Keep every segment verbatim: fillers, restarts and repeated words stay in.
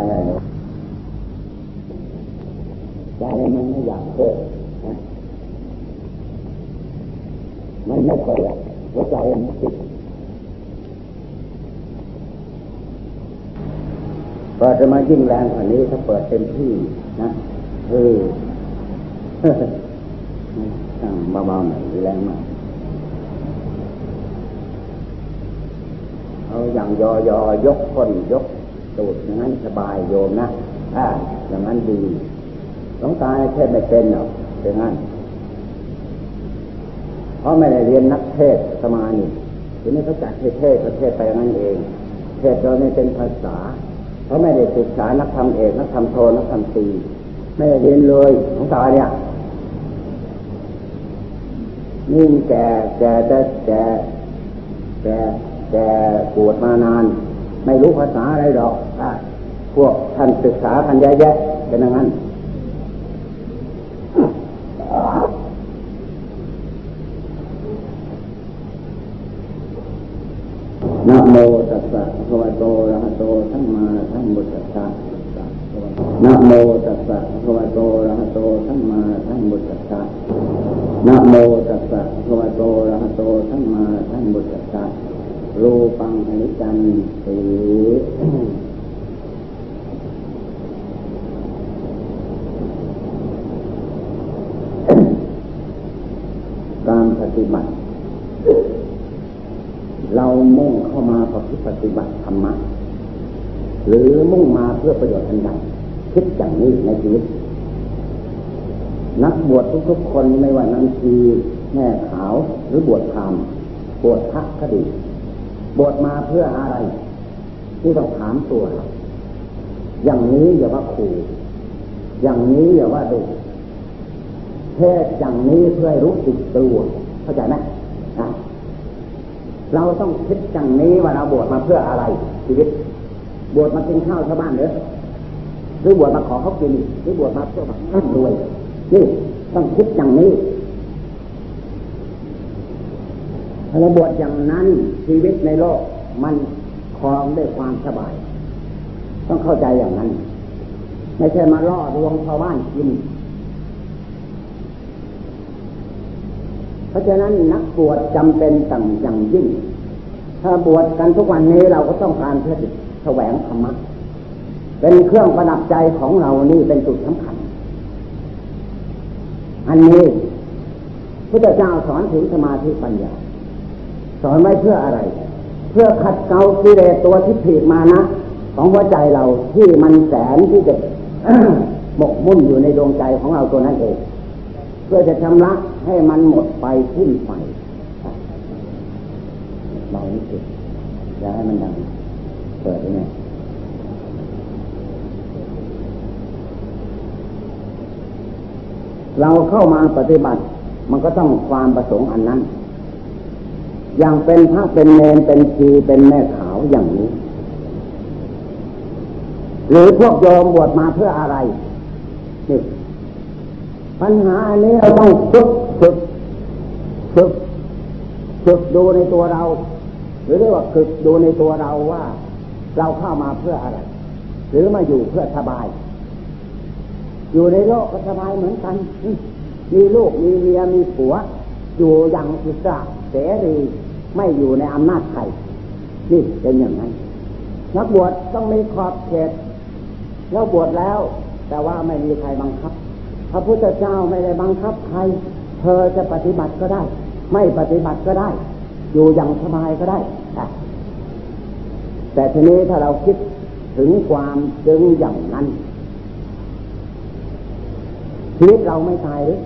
ใจมันไม่อยากเทศมันไม่ค่อยอยากหัวใจมันติดเปิดจะมายิ่งแรงกว่านี้ถ้าเปิดเต็มที่นะเออตั้งเบาๆหน่อยแรงมากเอาอย่างยอยอยกคนยกตูดอย่างนั้นสบายโยมนะอ่าอย่างนั้นดีหลวงตาเทศไม่เป็นหรอกอย่างนั้นเพราะไม่ได้เรียนนักเทศสมานี่ทีนี้เขาจัดให้เทศประเทศไปอย่างนั้นเองเทศโดยไม่เป็นภาษาเขาไม่ได้ศึกษานักธรรมเอกนักธรรมโทนักธรรมตรีไม่ได้เรียนเลยหลวงตาเนี่ยนี่แก่แก่แต่แก่แก่แก่ปวดมานานไม่รู้ภาษาอะไรหรอกพวกท่านศึกษากันเยอะแยะเป็นอย่างนั้นนะโมตัสสะภะคะวะโตอะระหะโตสัมมาสัมพุทธัสสะนะโมตัสสะภะคะวะโตอะระหะโตสัมมาสัมพุทธัสสะนะโมตัสสะภะคะวะโตอะระหะโตสัมมาสัมพุทธัสสะรูปังอนิจจังสีการปฏิบัติเรามุ่งเข้ามาปฏิบัติธรรมะหรือมุ่งมาเพื่อประโยชน์อันใดคิดอย่างนี้ในชีวิตนักบวชทุกๆคนไม่ว่านางชีแม่ขาวหรือบวชพราหมณ์บวชพระก็ดีบวชมาเพื่ออะไรที่ต้องถามตัวเราอย่างนี้อย่าว่าขู่อย่างนี้อย่าว่าดุเทศอย่างนี้เพื่อรู้สึกตัวเข้าใจไหมเราต้องคิดอย่างนี้ว่าเราบวชมาเพื่ออะไรชีวิตบวชมากินข้าวชาวบ้านเหรอหรือบวชมาขอเขากินหรือบวชมาเพื่อแบบร่ำรวยนี่ต้องคิดอย่างนี้ถ้าเราบวชอย่างนั้นชีวิตในโลกมันครองด้วยความสบายต้องเข้าใจอย่างนั้นไม่ใช่มาล่อลวงชาวบ้านกินเพราะฉะนั้นนักบวชจำเป็นต่างอย่างยิ่งถ้าบวชกันทุกวันนี้เราก็ต้องการเพื่อแสวงธรรมะเป็นเครื่องประดับใจของเรานี่เป็นจุดสำคัญอันนี้พระเจ้าสอนถึงสมาธิปัญญาสอนไว้เพื่ออะไรเพื่อขัดเกลากิเลสตัวทิฏฐิมานะของหัวใจเราที่มันแสนที่จะ หมกมุ่นอยู่ในดวงใจของเราตัวนั้นเองเพื่อจะชำระให้มันหมดไปสิ้นไปเบานิดนึงอย่าให้มันดังเปิดได้ไหมเราเข้ามาปฏิบัติมันก็ต้องความประสงค์อันนั้นอย่างเป็นพระเป็นเณรเป็นชีเป็นแม่ขาวอย่างนี้หรือพวกโยมบวชมาเพื่ออะไรนี่ปัญหาอันนี้เราต้องฝึกฝึกฝึกฝึกดูในตัวเราหรือเรียกว่าฝึกดูในตัวเราว่าเราเข้ามาเพื่ออะไรหรือมาอยู่เพื่อสบายอยู่ในโลกก็สบายเหมือนกันมีลูกมีเมียมีผัวอยู่อย่างอิสระเสรีไม่อยู่ในอำนาจใครนี่เป็นอย่างนั้นนักบวชต้องมีขอบเขตแล้วบวชแล้วแต่ว่าไม่มีใครบังคับพระพุทธเจ้าไม่ได้บังคับใครเธอจะปฏิบัติก็ได้ไม่ปฏิบัติก็ได้อยู่อย่างสบายก็ได้แต่ทีนี้ถ้าเราคิดถึงความจึงอย่างนั้นชีวิตเราไม่ตายหรือ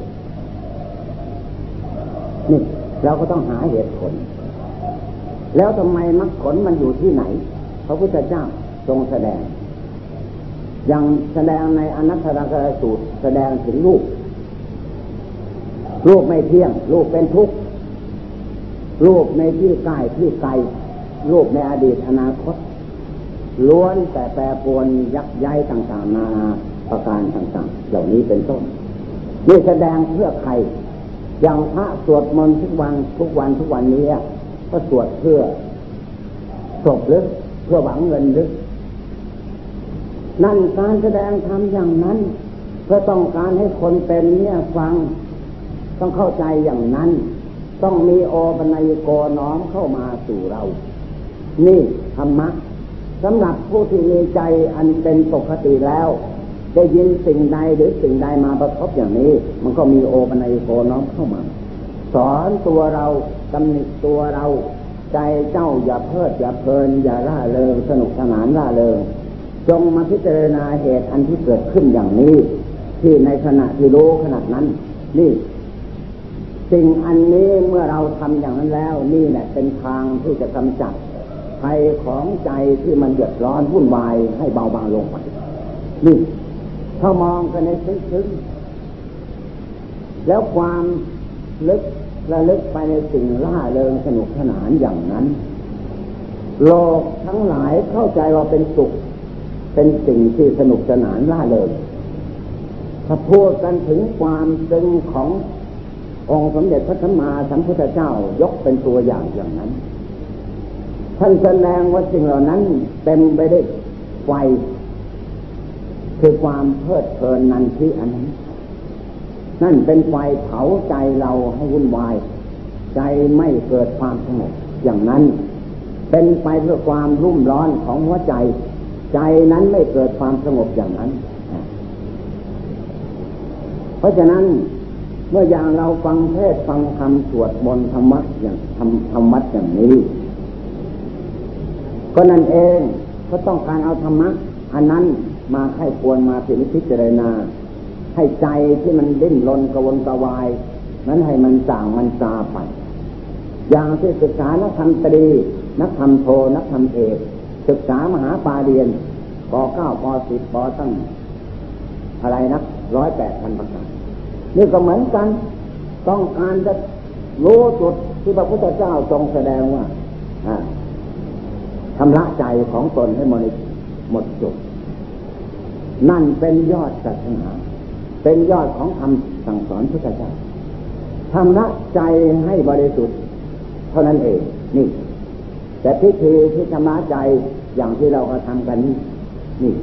นี่เราก็ต้องหาเหตุผลแล้วทำไมมรรคผลมันอยู่ที่ไหนพระพุทธเจ้าทรงแสดงอย่างแสดงในอนัตตลักษณสูตรแสดงถึงรูปรูปไม่เที่ยงรูปเป็นทุกข์รูปในที่ใกล้ที่ไกลรูปในอดีตอนาคตล้วนแต่แปรปรวนยักย้ายต่างๆนานาประการต่างๆเหล่านี้เป็นต้นนี่แสดงเพื่อใครอย่างพระสวดมนต์ทุกวันทุกวันทุกวันนี้ก็สวดเพื่อศพหรือเพื่อหวังเงินหรือนั่นการแสดงธรรมอย่างนั้นเพื่อต้องการให้คนเป็นเนี่ยฟังต้องเข้าใจอย่างนั้นต้องมีโอปัญญิโกน้อมเข้ามาสู่เรานี่ธรรมะสำหรับผู้ที่มีใจอันเป็นปกติแล้วได้ยินสิ่งใดหรือสิ่งใดมาประทบอย่างนี้มันก็มีโอปัญญิโกน้อมเข้ามาสอนตัวเราตำหนิตัวเราใจเจ้าอย่าเพิดอย่าเพลินอย่าร่าเริงสนุกสนานร่าเริงจงมาพิจารณาเหตุอันที่เกิดขึ้นอย่างนี้ที่ในขณะที่รู้ขณะนั้นนี่สิ่งอันนี้เมื่อเราทำอย่างนั้นแล้วนี่แหละเป็นทางที่จะกำจัดภัยของใจที่มันเดือดร้อนวุ่นวายให้เบาบางลงไปนี่ถ้ามองกันในซึ้งๆแล้วความลึกระลึกไปในสิ่งล่าเริงสนุกสนานอย่างนั้นโลกทั้งหลายเข้าใจว่าเป็นสุขเป็นสิ่งที่สนุกสนานล่าเริงถ้าพูดกันถึงความซึ้งขององค์สมเด็จพระสัมมาสัมพุทธเจ้ายกเป็นตัวอย่างอย่างนั้นท่านแสดงว่าสิ่งเหล่านั้นเต็มไปด้วยไฟคือความเพลิดเพลินนันทิอันนั้นนั่นเป็นไฟเผาใจเราให้วุ่นวายใจไม่เกิดความสงบอย่างนั้นเป็นไปเพื่อความรุ่มร้อนของหัวใจใจนั้นไม่เกิดความสงบอย่างนั้นเพราะฉะนั้นเมื่ออย่างเราฟังเทศน์ฟังธรรมสวดมนต์ธรรมะอย่างธรรมธรรมะอย่างนี้ก็นั่นเองก็ต้องการเอาธรรมะอันนั้นมาให้ควรมาพิจารณาให้ใจที่มันดิ้นรนกระวนกระวายนั้นให้มันจ่างมันซาไปอย่างที่ศึกษานักธรรมตรีนักธรรมโทนักธรรมเอกศึกษามหาปาเรียนป.เก้า ป.สิบ ป.ตั้งอะไรนักร้อยแปดพันประการนี่ก็เหมือนกันต้องการจะรู้จุดที่พระพุทธเจ้าทรงแสดงว่าชำระใจของตนให้หมดหมดจดนั่นเป็นยอดศาสนาเป็นยอดของคำสั่งสอนพุทธเจ้าชำระใจให้บริสุทธิ์เท่านั้นเองนี่แต่พิธีที่ชำระใจอย่างที่เราก็ทำกันนี่นี่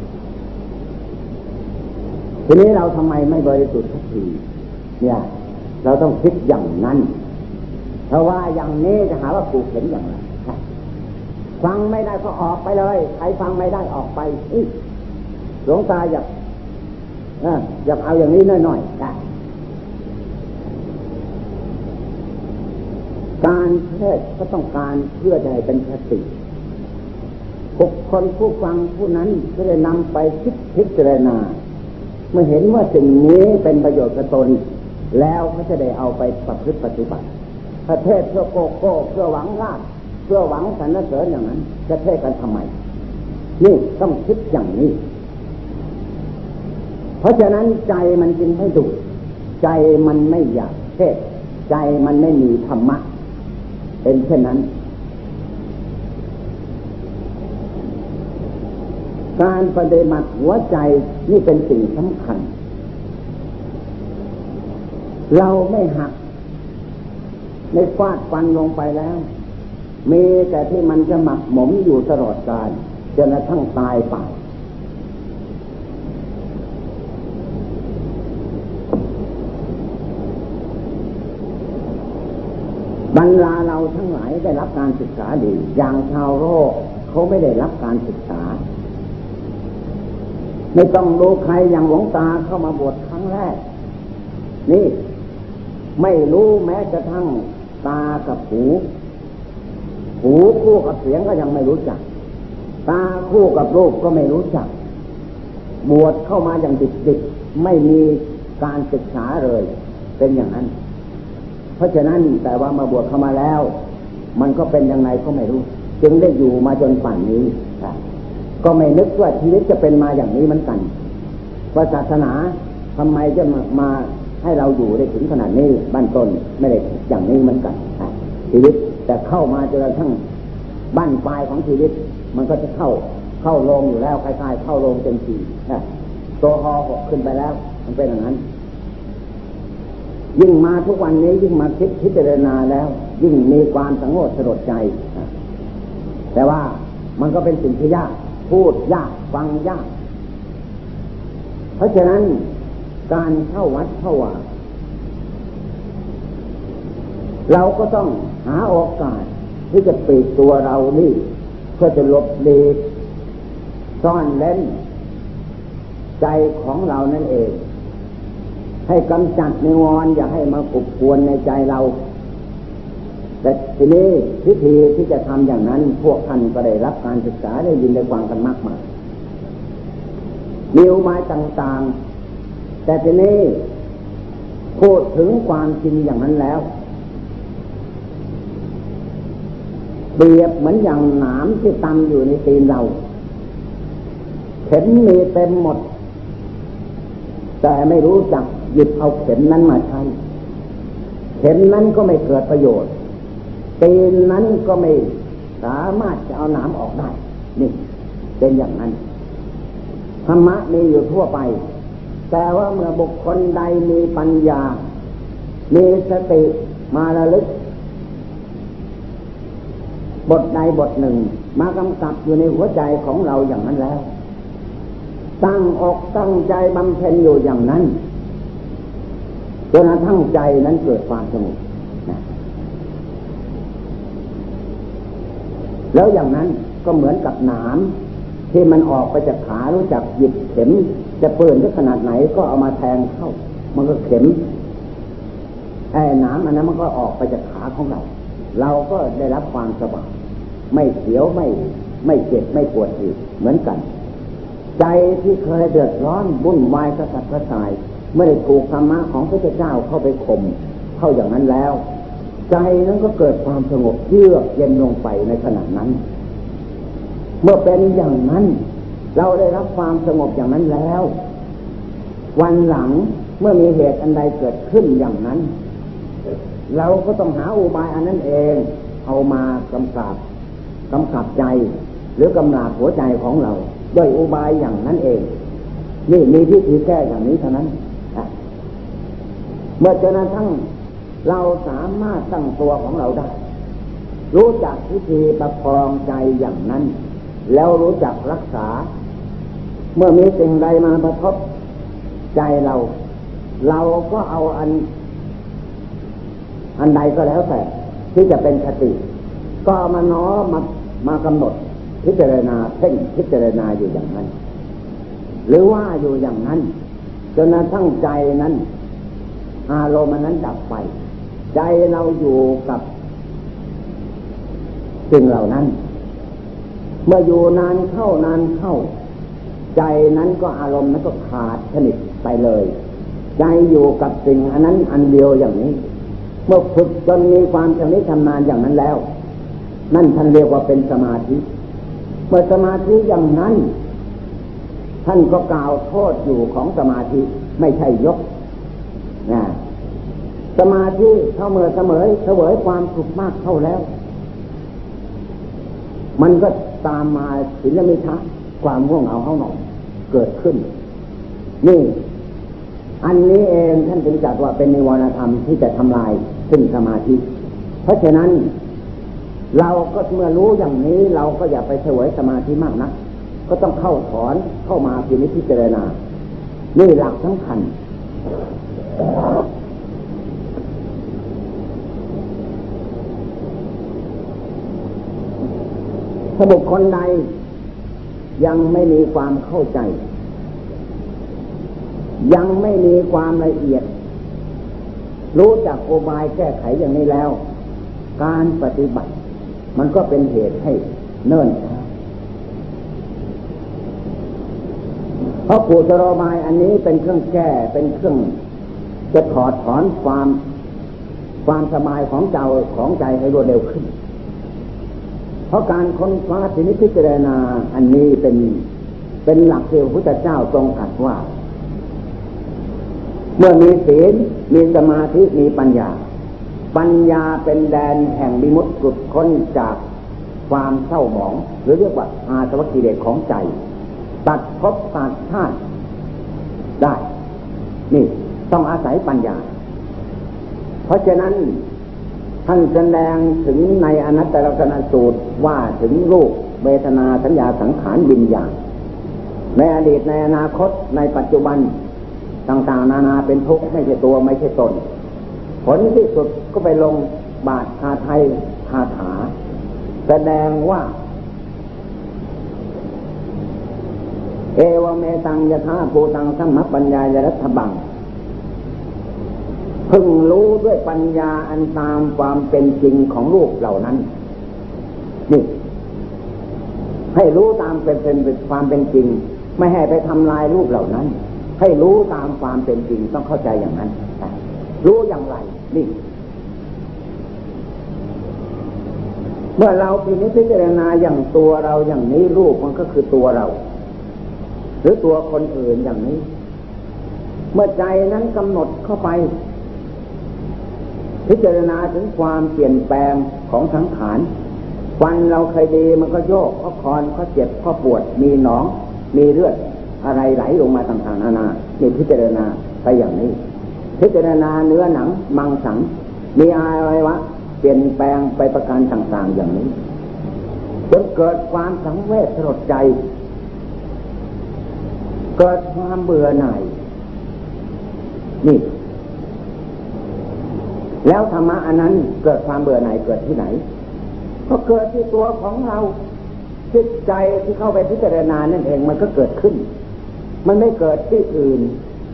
ทีนี้เราทำไมไม่บริสุทธิ์สักทีเนี่ยเราต้องคิดอย่างนั้นเพราะว่าอย่างนี้จะหาว่ากูเห็นอย่างไรฟังไม่ได้ก็ออกไปเลยใครฟังไม่ได้ออกไปหลวงตาอยากอยากเอาอย่างนี้หน่อยๆได้การเทศน์ก็ต้องการเพื่อจะให้เป็นคติบุคคลผู้ฟังผู้นั้นจะได้นำไปคิดพิจารณาเมื่อเห็นว่าสิ่งนี้เป็นประโยชน์กับตนแล้วก็จะได้เอาไปประพฤติปฏิบัติประเทศเพื่อโกโก้เพื่อหวังลาภเพื่อหวังสรรเสริญอย่างนั้นจะเทศกันทำไมนี่ต้องคิดอย่างนี้เพราะฉะนั้นใจมันจึงไม่ดุใจมันไม่อยากเทศใจมันไม่มีธรรมะเป็นเช่นนั้นการปฏิบัติหัวใจนี่เป็นสิ่งสำคัญเราไม่หักในฟาดฟันลงไปแล้วมีแต่ที่มันจะหมักหมมอยู่ตลอดกาลจนกระทั่งตายไปบรรดาเราทั้งหลายได้รับการศึกษาดีอย่างชาวโลกเขาไม่ได้รับการศึกษาไม่ต้องดูใครอย่างหลวงตาเข้ามาบวชครั้งแรกนี่ไม่รู้แม้กระทั่งตากับหูหูคู่กับเสียงก็ยังไม่รู้จักตาคู่กับรูปก็ไม่รู้จักบวชเข้ามาอย่างดิบๆไม่มีการศึกษาเลยเป็นอย่างนั้นเพราะฉะนั้นแต่ว่ามาบวชเข้ามาแล้วมันก็เป็นยังไงก็ไม่รู้จึงได้อยู่มาจนป่านนี้ก็ไม่นึกว่าชีวิตจะเป็นมาอย่างนี้เหมือนกันว่าศาสนาทำไมจะมามาให้เราอยู่ได้ถึงขนาดนี้บ้านต้นไม่ได้อย่างนี้เหมือนกันชีวิตแต่เข้ามาจนกระทั่งบ้านปลายของชีวิตมันก็จะเข้าเข้าลงอยู่แล้วคล้ายๆเข้าลงเต็มทีตัวหอหกขึ้นไปแล้วมันเป็นอย่างนั้นยิ่งมาทุกวันนี้ยิ่งมาคิดพิจารณาแล้วยิ่งมีความสังโยชน์สลดใจแต่ว่ามันก็เป็นสิ่งที่ยากพูดยากฟังยากเพราะฉะนั้นการเข้าวัดเข้าวาเราก็ต้องหาโอกาสที่จะปลีกตัวเรานี่เพื่อจะหลบหลีกซ่อนเร้นใจของเรานั่นเองให้กำจัดนิวรณ์อย่าให้มากุกกวนในใจเราแต่ทีนี้วิธีที่จะทำอย่างนั้นพวกท่านก็ได้รับการศึกษาได้ยินได้ฟังกันมากมายมีอุบายต่างๆแต่ทีนี้พูดถึงความจริงอย่างนั้นแล้วเปรียบเหมือนอย่างหนามที่ตำอยู่ในตีนเราเข็มมีเต็มหมดแต่ไม่รู้จักหยิบเอาเข็มนั้นมาใช้เข็มนั้นก็ไม่เกิดประโยชน์ตีนนั้นก็ไม่สามารถจะเอาหนามออกได้นี่เป็นอย่างนั้นธรรมะมีอยู่ทั่วไปแต่ว่าเมื่อบุคคลใดมีปัญญามีสติมาระลึกบทใดบทหนึ่งมากำกับอยู่ในหัวใจของเราอย่างนั้นแล้วตั้งอกตั้งใจบำเพ็ญอยู่อย่างนั้นจนกระทั่งใจนั้นเกิดความสงบนะแล้วอย่างนั้นก็เหมือนกับหนามที่มันออกไปจากขารู้จักหยิบเข็มจะเปื้อนได้ขนาดไหนก็เอามาแทงเข้ามันก็เข็มไอ้หนามอันนั้นมันก็ออกไปจากขาของเราเราก็ได้รับความสบายไม่เสียวไม่ไม่เจ็บไม่ปวดอีกเหมือนกันใจที่เคยเดือดร้อนวุ่นวายกระสับกระส่ายเมื่อได้ถูกธรรมะของพระเจ้าเข้าไปข่มเข้าอย่างนั้นแล้วใจนั้นก็เกิดความสงบเยือกเย็นลงไปในขณะนั้นเมื่อเป็นอย่างนั้นเราได้รับความสงบอย่างนั้นแล้ววันหลังเมื่อมีเหตุอันใดเกิดขึ้นอย่างนั้นเราก็ต้องหาอุบายอันนั้นเองเอามากำกับกำกับใจหรือกำราบหัวใจของเราด้วยอุบายอย่างนั้นเองนี่มีวิธีแก้อย่างนี้เท่านั้นเมื่อจนกระทั่งเราสามารถตั้งตัวของเราได้รู้จักวิธีประคองใจอย่างนั้นแล้วรู้จักรักษาเมื่อมีสิ่งใดมากระทบใจเราเราก็เอาอันอันใดก็แล้วแต่ที่จะเป็นคติก็เอามาน้อมมามากำหนดพิจารณาเพ่งพิจารณาอยู่อย่างนั้นหรือว่าอยู่อย่างนั้นจนกระทั่งใจนั้นอารมณ์นั้นดับไปใจเราอยู่กับสิ่งเหล่านั้นเมื่ออยู่นานเข้านานเข้าใจนั้นก็อารมณ์นั้นก็ขาดสนิทไปเลยใจอยู่กับสิ่งอันนั้นอันเดียวอย่างนี้เมื่อฝึกจนมีความชำนิชำนาญอย่างนั้นแล้วนั่นท่านเรียกว่าเป็นสมาธิเมื่อสมาธิอย่างนั้นท่านก็กล่าวโทษอยู่ของสมาธิไม่ใช่ยกนะสมาธิเท่าเมื่อเสมอเสวยความสุขมากเท่าแล้วมันก็ตามมาศีลมิทะความง่วงเหงาเฮาหนอนเกิดขึ้นนี่อันนี้เองท่านจึงจัดว่าเป็นนิวรณธรรมที่จะทำลายซึ่งสมาธิเพราะฉะนั้นเราก็เมื่อรู้อย่างนี้เราก็อย่าไปเสวยสมาธิมากนักก็ต้องเข้าถอนเข้ามาพินิจพิจารณานี่หลักสำคัญถ้าบุคคลใดยังไม่มีความเข้าใจยังไม่มีความละเอียดรู้จักอุบายแก้ไขอย่างนี้แล้วการปฏิบัติมันก็เป็นเหตุให้เนิ่นช้าเพราะกุศโลบายอันนี้เป็นเครื่องแก้เป็นเครื่องจะถอดถอนความความสบายของเจ้าของใจให้รวดเร็วขึ้นเพราะการค้นคว้าพินิจพิจารณาอันนี้เป็นเป็นหลักที่พระพุทธเจ้าทรงตรัสว่าเมื่อมีศีลมีสมาธิมีปัญญาปัญญาเป็นแดนแห่งวิมุตติหลุดพ้นจากความเศร้าหมองหรือเรียกว่าอาสวะกิเลสของใจตัดภพตัดชาติได้นี่ต้องอาศัยปัญญาเพราะฉะนั้นท่านแสดงถึงในอนัตตลักษณสูตรว่าถึงรูปเวทนาสัญญาสังขารวิญญาณในอดีตในอนาคตในปัจจุบันต่างๆนานาเป็นทุกข์ไม่ใช่ตัวไม่ใช่ตนผลที่สุดก็ไปลงบาทคาไทยคาถาแสดงว่าเอวเมตังยถาภูตังสัมมปัญญายรัตถบังพึงรู้ด้วยปัญญาอันตามความเป็นจริงของรูปเหล่านั้นนี่ให้รู้ตามเป็นเป็นความเป็นจริงไม่ให้ไปทำลายรูปเหล่านั้นให้รู้ตามความเป็นจริงต้องเข้าใจอย่างนั้นรู้อย่างไรนี่เมื่อเราพิจารณาอย่างตัวเราอย่างนี้รูปมันก็คือตัวเราหรือตัวคนอื่นอย่างนี้เมื่อใจนั้นกำหนดเข้าไปพิจารณาถึงความเปลี่ยนแปลงของสังขารฟันเราเคยดีมันก็โยกก็คอนก็เจ็บก็ปวดมีหนองมีเลือดอะไรไหลลงมาต่างๆนานานี่พิจารณาไปอย่างนี้พิจารณาเนื้อหนังมังสังมีอะไรวะเปลี่ยนแปลงไปประการต่างๆอย่างนี้จนเกิดความสังเวชสลดใจเกิดความเบื่อหน่ายนี่แล้วธรรมะอันนั้นเกิดความเบื่อหน่ายเกิดที่ไหนก็เกิดที่ตัวของเราจิตใจที่เข้าไปพิจารณานั่นเองมันก็เกิดขึ้นมันไม่เกิดที่อื่น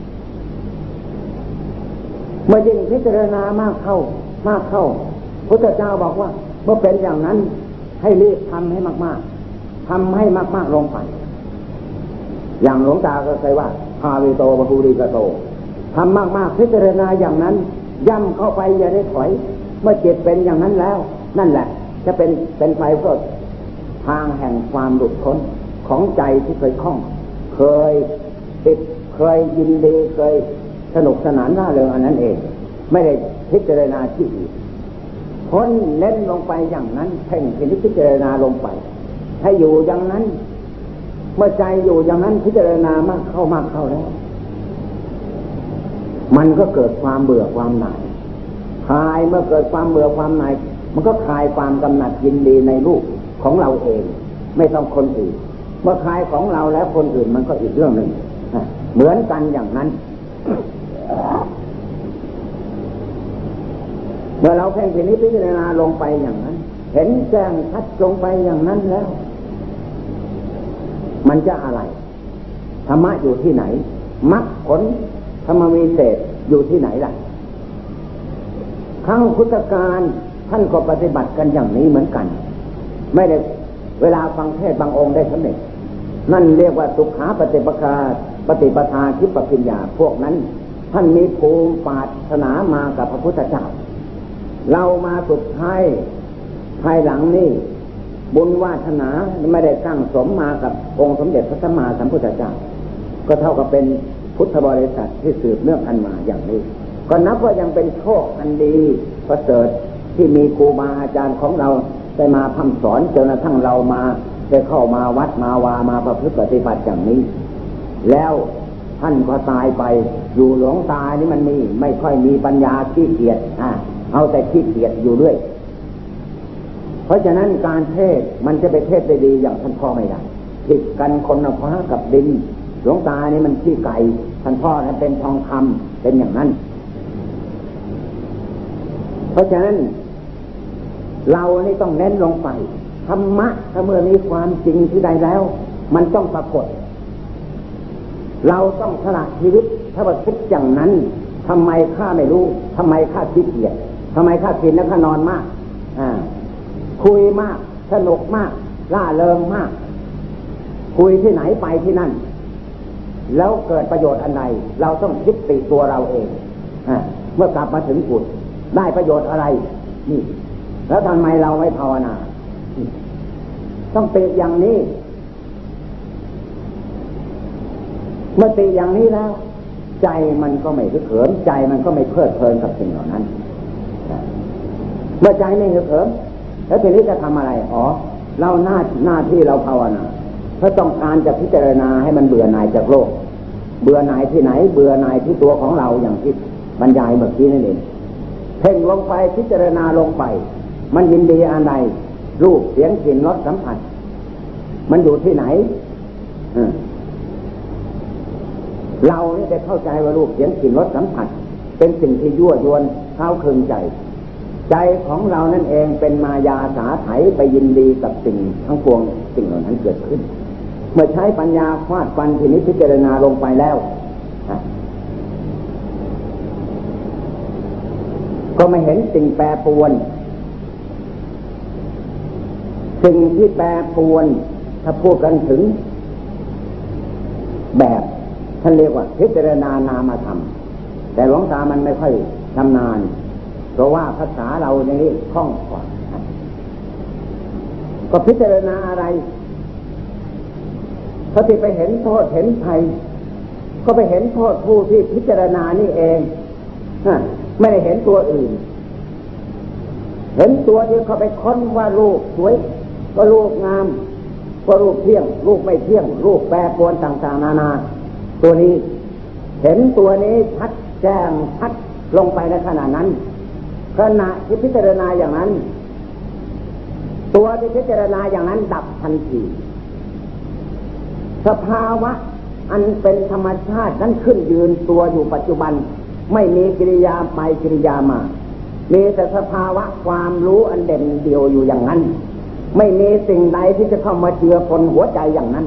เมื่อยิ่งพิจารณามากเข้ามากเข้าพุทธเจ้าบอกว่าเมื่อเป็นอย่างนั้นให้รีบทำให้มากๆทำให้มากๆลงไปอย่างหลวงตาก็เคยว่าภาวิโตปะภูริกโตทำมากๆพิจารณาอย่างนั้นย่ำเข้าไปอย่าได้ถอยเมื่อจิตเป็นอย่างนั้นแล้วนั่นแหละจะเป็นเป็นไปเพื่อทางแห่งความหลุดพ้นของใจที่เคยคล่องเคยติดเคยยินดีเคยสนุกสนานร่าเริงอันนั้นเองไม่ได้พิจารณาที่อื่นพ้นเน้นลงไปอย่างนั้นเพ่งพิจารณาลงไปให้อยู่อย่างนั้นเมื่อใจอยู่อย่างนั้นพิจารณามากเข้ามากเข้าแล้วมันก็เกิดความเบื่อความหน่ายคลายเมื่อเกิดความเบื่อความหน่ายมันก็คลายความกำหนัดยินดีในรูปของเราเองไม่ต้องคนอื่นเมื่อคลายของเราแล้วคนอื่นมันก็อีกเรื่องหนึ่งเหมือนกันอย่างนั้น เมื่อเราเพ่งพิจารณาลงไปอย่างนั้นเห็นแจ้งชัดลงไปอย่างนั้นแล้วมันจะอะไรธรรมะอยู่ที่ไหนมรรคผลธรรมวิเศษอยู่ที่ไหนล่ะครั้งพุทธกาลท่านก็ปฏิบัติกันอย่างนี้เหมือนกันไม่ได้เวลาฟังเทศบางองค์ได้สำเร็จนั่นเรียกว่าสุขาปฏิปทาปฏิปทาทิปปิญญาพวกนั้นท่านมีภูมิปรารถนามากับพระพุทธเจ้าเรามาสุดท้ายภายหลังนี่บุญวาสนาไม่ได้สร้างสมมากับองค์สมเด็จพระสัมมาสัมพุทธเจ้าก็เท่ากับเป็นพุทธบริษัทที่สืบเนื่องกันมาอย่างนี้ก็นับว่ายังเป็นโชคอันดีประเสริฐที่มีครูบาอาจารย์ของเราได้มาพร่ำสอนจนกระทั่งเรามาได้เข้ามาวัดมาวามาประพฤติปฏิบัติอย่างนี้แล้วท่านก็ตายไปอยู่หลวงตานี่มันมีไม่ค่อยมีปัญญาขี้เกียจอ่ะเอาแต่ขี้เกียจอยู่เรื่อยเพราะฉะนั้นการเทศมันจะไปเทศได้ดีอย่างท่านพ่อไม่ได้ผิดกันคนละฟ้ากับดินหลวงตานี่มันขี้ไก่ท่านพ่อนั้นเป็นทองคำเป็นอย่างนั้นเพราะฉะนั้นเรานี่ต้องเน้นลงไปธรรมะถ้าเมื่อมีความจริงที่ใดแล้วมันต้องปรากฏเราต้องสละชีวิตถ้าว่าคิดอย่างนั้นทำไมข้าไม่รู้ทำไมข้าขี้เกียจทำไมข้ากินแล้วข้านอนมากอ่าคุยมากสนุกมากร่าเริงมากคุยที่ไหนไปที่นั่นแล้วเกิดประโยชน์อันใดเราต้องคิดติตัวเราเองอ่าเมื่อกลับมาถึงกุฏได้ประโยชน์อะไรนี่แล้วทำไมเราไม่ภาวนาต้องติอย่างนี้เมื่อติอย่างนี้แล้วใจมันก็ไม่เขิมใจมันก็ไม่เพลิดเพลินกับสิ่งเหล่านั้นเมื่อใจไม่เขิมแล้วทีนี้จะทำอะไรอ๋อเราหน้าหน้าที่เราภาวนาเพื่อต้องการจะพิจารณาให้มันเบื่อหน่ายจากโลกเบื่อหน่ายที่ไหนเบื่อหน่ายที่ตัวของเราอย่างที่บรรยายเมื่อกี้นั่นเองเพ่งลงไปพิจารณาลงไปมันยินดีอันใดรูปเสียงกลิ่นรสสัมผัสมันอยู่ที่ไหนเรานี่ได้เข้าใจว่ารูปเสียงกลิ่นรสสัมผัสเป็นสิ่งที่ยั่วยวนเท้าคืนใจใจของเรานั่นเองเป็นมายาสาไถไปยินดีกับสิ่งทั้งปวงสิ่งเหล่านั้นเกิดขึ้นเมื่อใช้ปัญญาฟาดฟันพินิจพิจารณาลงไปแล้วก็ไม่เห็นสิ่งแปรปรวนสิ่งที่แปรปรวนถ้าพูดกันถึงแบบท่านเรียกว่าพิจารณานามธรรมแต่หลวงตามันไม่ค่อยชำนาญเพราะว่าภาษาเราในนี้คล่องกว่าก็พิจารณาอะไรถ้าที่ไปเห็นโทษเห็นภัยก็ไปเห็นโทษผู้ที่พิจารณานี่เองไม่ได้เห็นตัวอื่นเห็นตัวที่เขาไปค้นว่ารูปสวยก็รูปงามก็รูปเที่ยงรูปไม่เที่ยงรูปแปรปรวนต่างๆนานาตัวนี้เห็นตัวนี้ชัดแจ้งชัดลงไปในขณะนั้นขณะที่พิจารณาอย่างนั้นตัวที่พิจารณาอย่างนั้นดับทันทีสภาวะอันเป็นธรรมชาตินั้นขึ้นยืนตัวอยู่ปัจจุบันไม่มีกิริยาไปกิริยามามีแต่สภาวะความรู้อันเด่นเดียวอยู่อย่างนั้นไม่มีสิ่งใดที่จะเข้ามาเจือปนหัวใจอย่างนั้น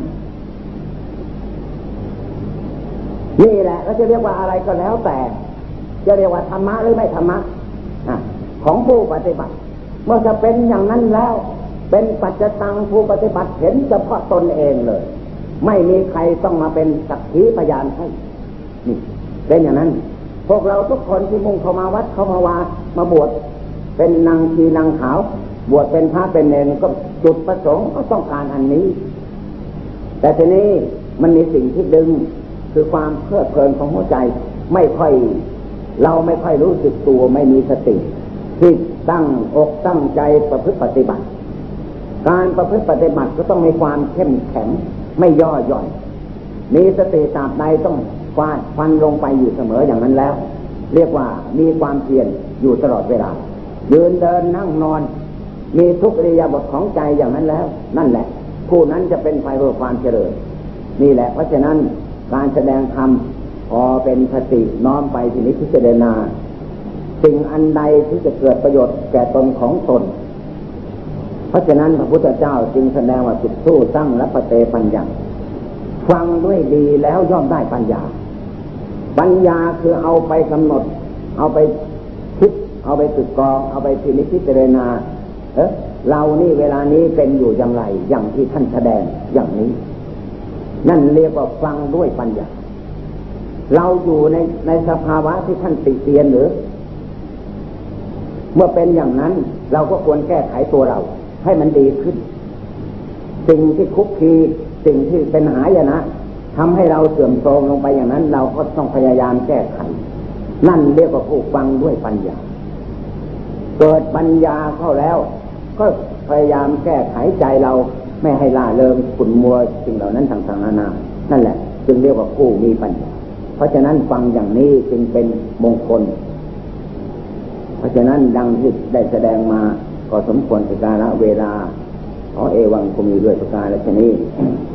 นี่แหละก็จะเรียกว่าอะไรก็แล้วแต่จะเรียกว่าธรรมะหรือไม่ธรรมะของผู้ปฏิบัติเมื่อจะเป็นอย่างนั้นแล้วเป็นปัจจตังผู้ปฏิบัติเห็นเฉพาะตนเองเลยไม่มีใครต้องมาเป็นสักขีพยานให้นี่เป็นอย่างนั้นพวกเราทุกคนที่มุ่งเข้ามาวัดเข้ามาวามาบวชเป็นนางชีนางขาวบวชเป็นพระเป็นเนรก็จุดประสงค์ก็ต้องการอันนี้แต่ทีนี้มันมีสิ่งที่ดึงคือความเพลิดเพลินของหัวใจไม่ค่อยเราไม่ค่อยรู้สึกตัวไม่มีสติที่ตั้งอกตั้งใจประพฤติปฏิบัติการประพฤติปฏิบัติก็ต้องมีความเข้มแข็งไม่ย่อหย่อนมีสติตราบใดต้องฟาดฟันลงไปอยู่เสมออย่างนั้นแล้วเรียกว่ามีความเพียรอยู่ตลอดเวลายืนเดินนั่งนอนมีทุกอิริยาบถของใจอย่างนั้นแล้วนั่นแหละผู้นั้นจะเป็นไปเพื่อความเจริญนี่แหละเพราะฉะนั้นการแสดงธรรมพอเป็นสติน้อมไปที่นิพพิจารณาสิ่งอันใดที่จะเกิดประโยชน์แก่ตนของตนเพราะฉะนั้นพระพุทธเจ้าจึงแสดงว่าจิตสู้ตั้งและปเตปัญญาฟังด้วยดีแล้วย่อมได้ปัญญาปัญญาคือเอาไปกำหนดเอาไปคิดเอาไปตึกกรองเอาไปพินิจพิจารณาเออเรานี่เวลานี้เป็นอยู่อย่างไรอย่างที่ท่านแสดงอย่างนี้นั่นเรียกว่าฟังด้วยปัญญาเราอยู่ในในสภาวะที่ท่านติเตียนหรือเมื่อเป็นอย่างนั้นเราก็ควรแก้ไขตัวเราให้มันดีขึ้นสิ่งที่คุกคีสิ่งที่เป็นหายนะทำให้เราเสื่อมโทรมลงไปอย่างนั้นเราก็ต้องพยายามแก้ไขนั่นเรียกว่าผู้ฟังด้วยปัญญาเกิดปัญญาเข้าแล้วก็พยายามแก้ไขใจเราไม่ให้ล่าเริงขุ่นมัวสิ่งเหล่านั้นต่างๆนานานั่นแหละจึงเรียกว่าผู้มีปัญญาเพราะฉะนั้นฟังอย่างนี้จึงเป็นมงคลเพราะฉะนั้นดังที่ได้แสดงมาก็สมควรแก่กาลเวลาขอเอวังคงมีด้วยประการฉะนี้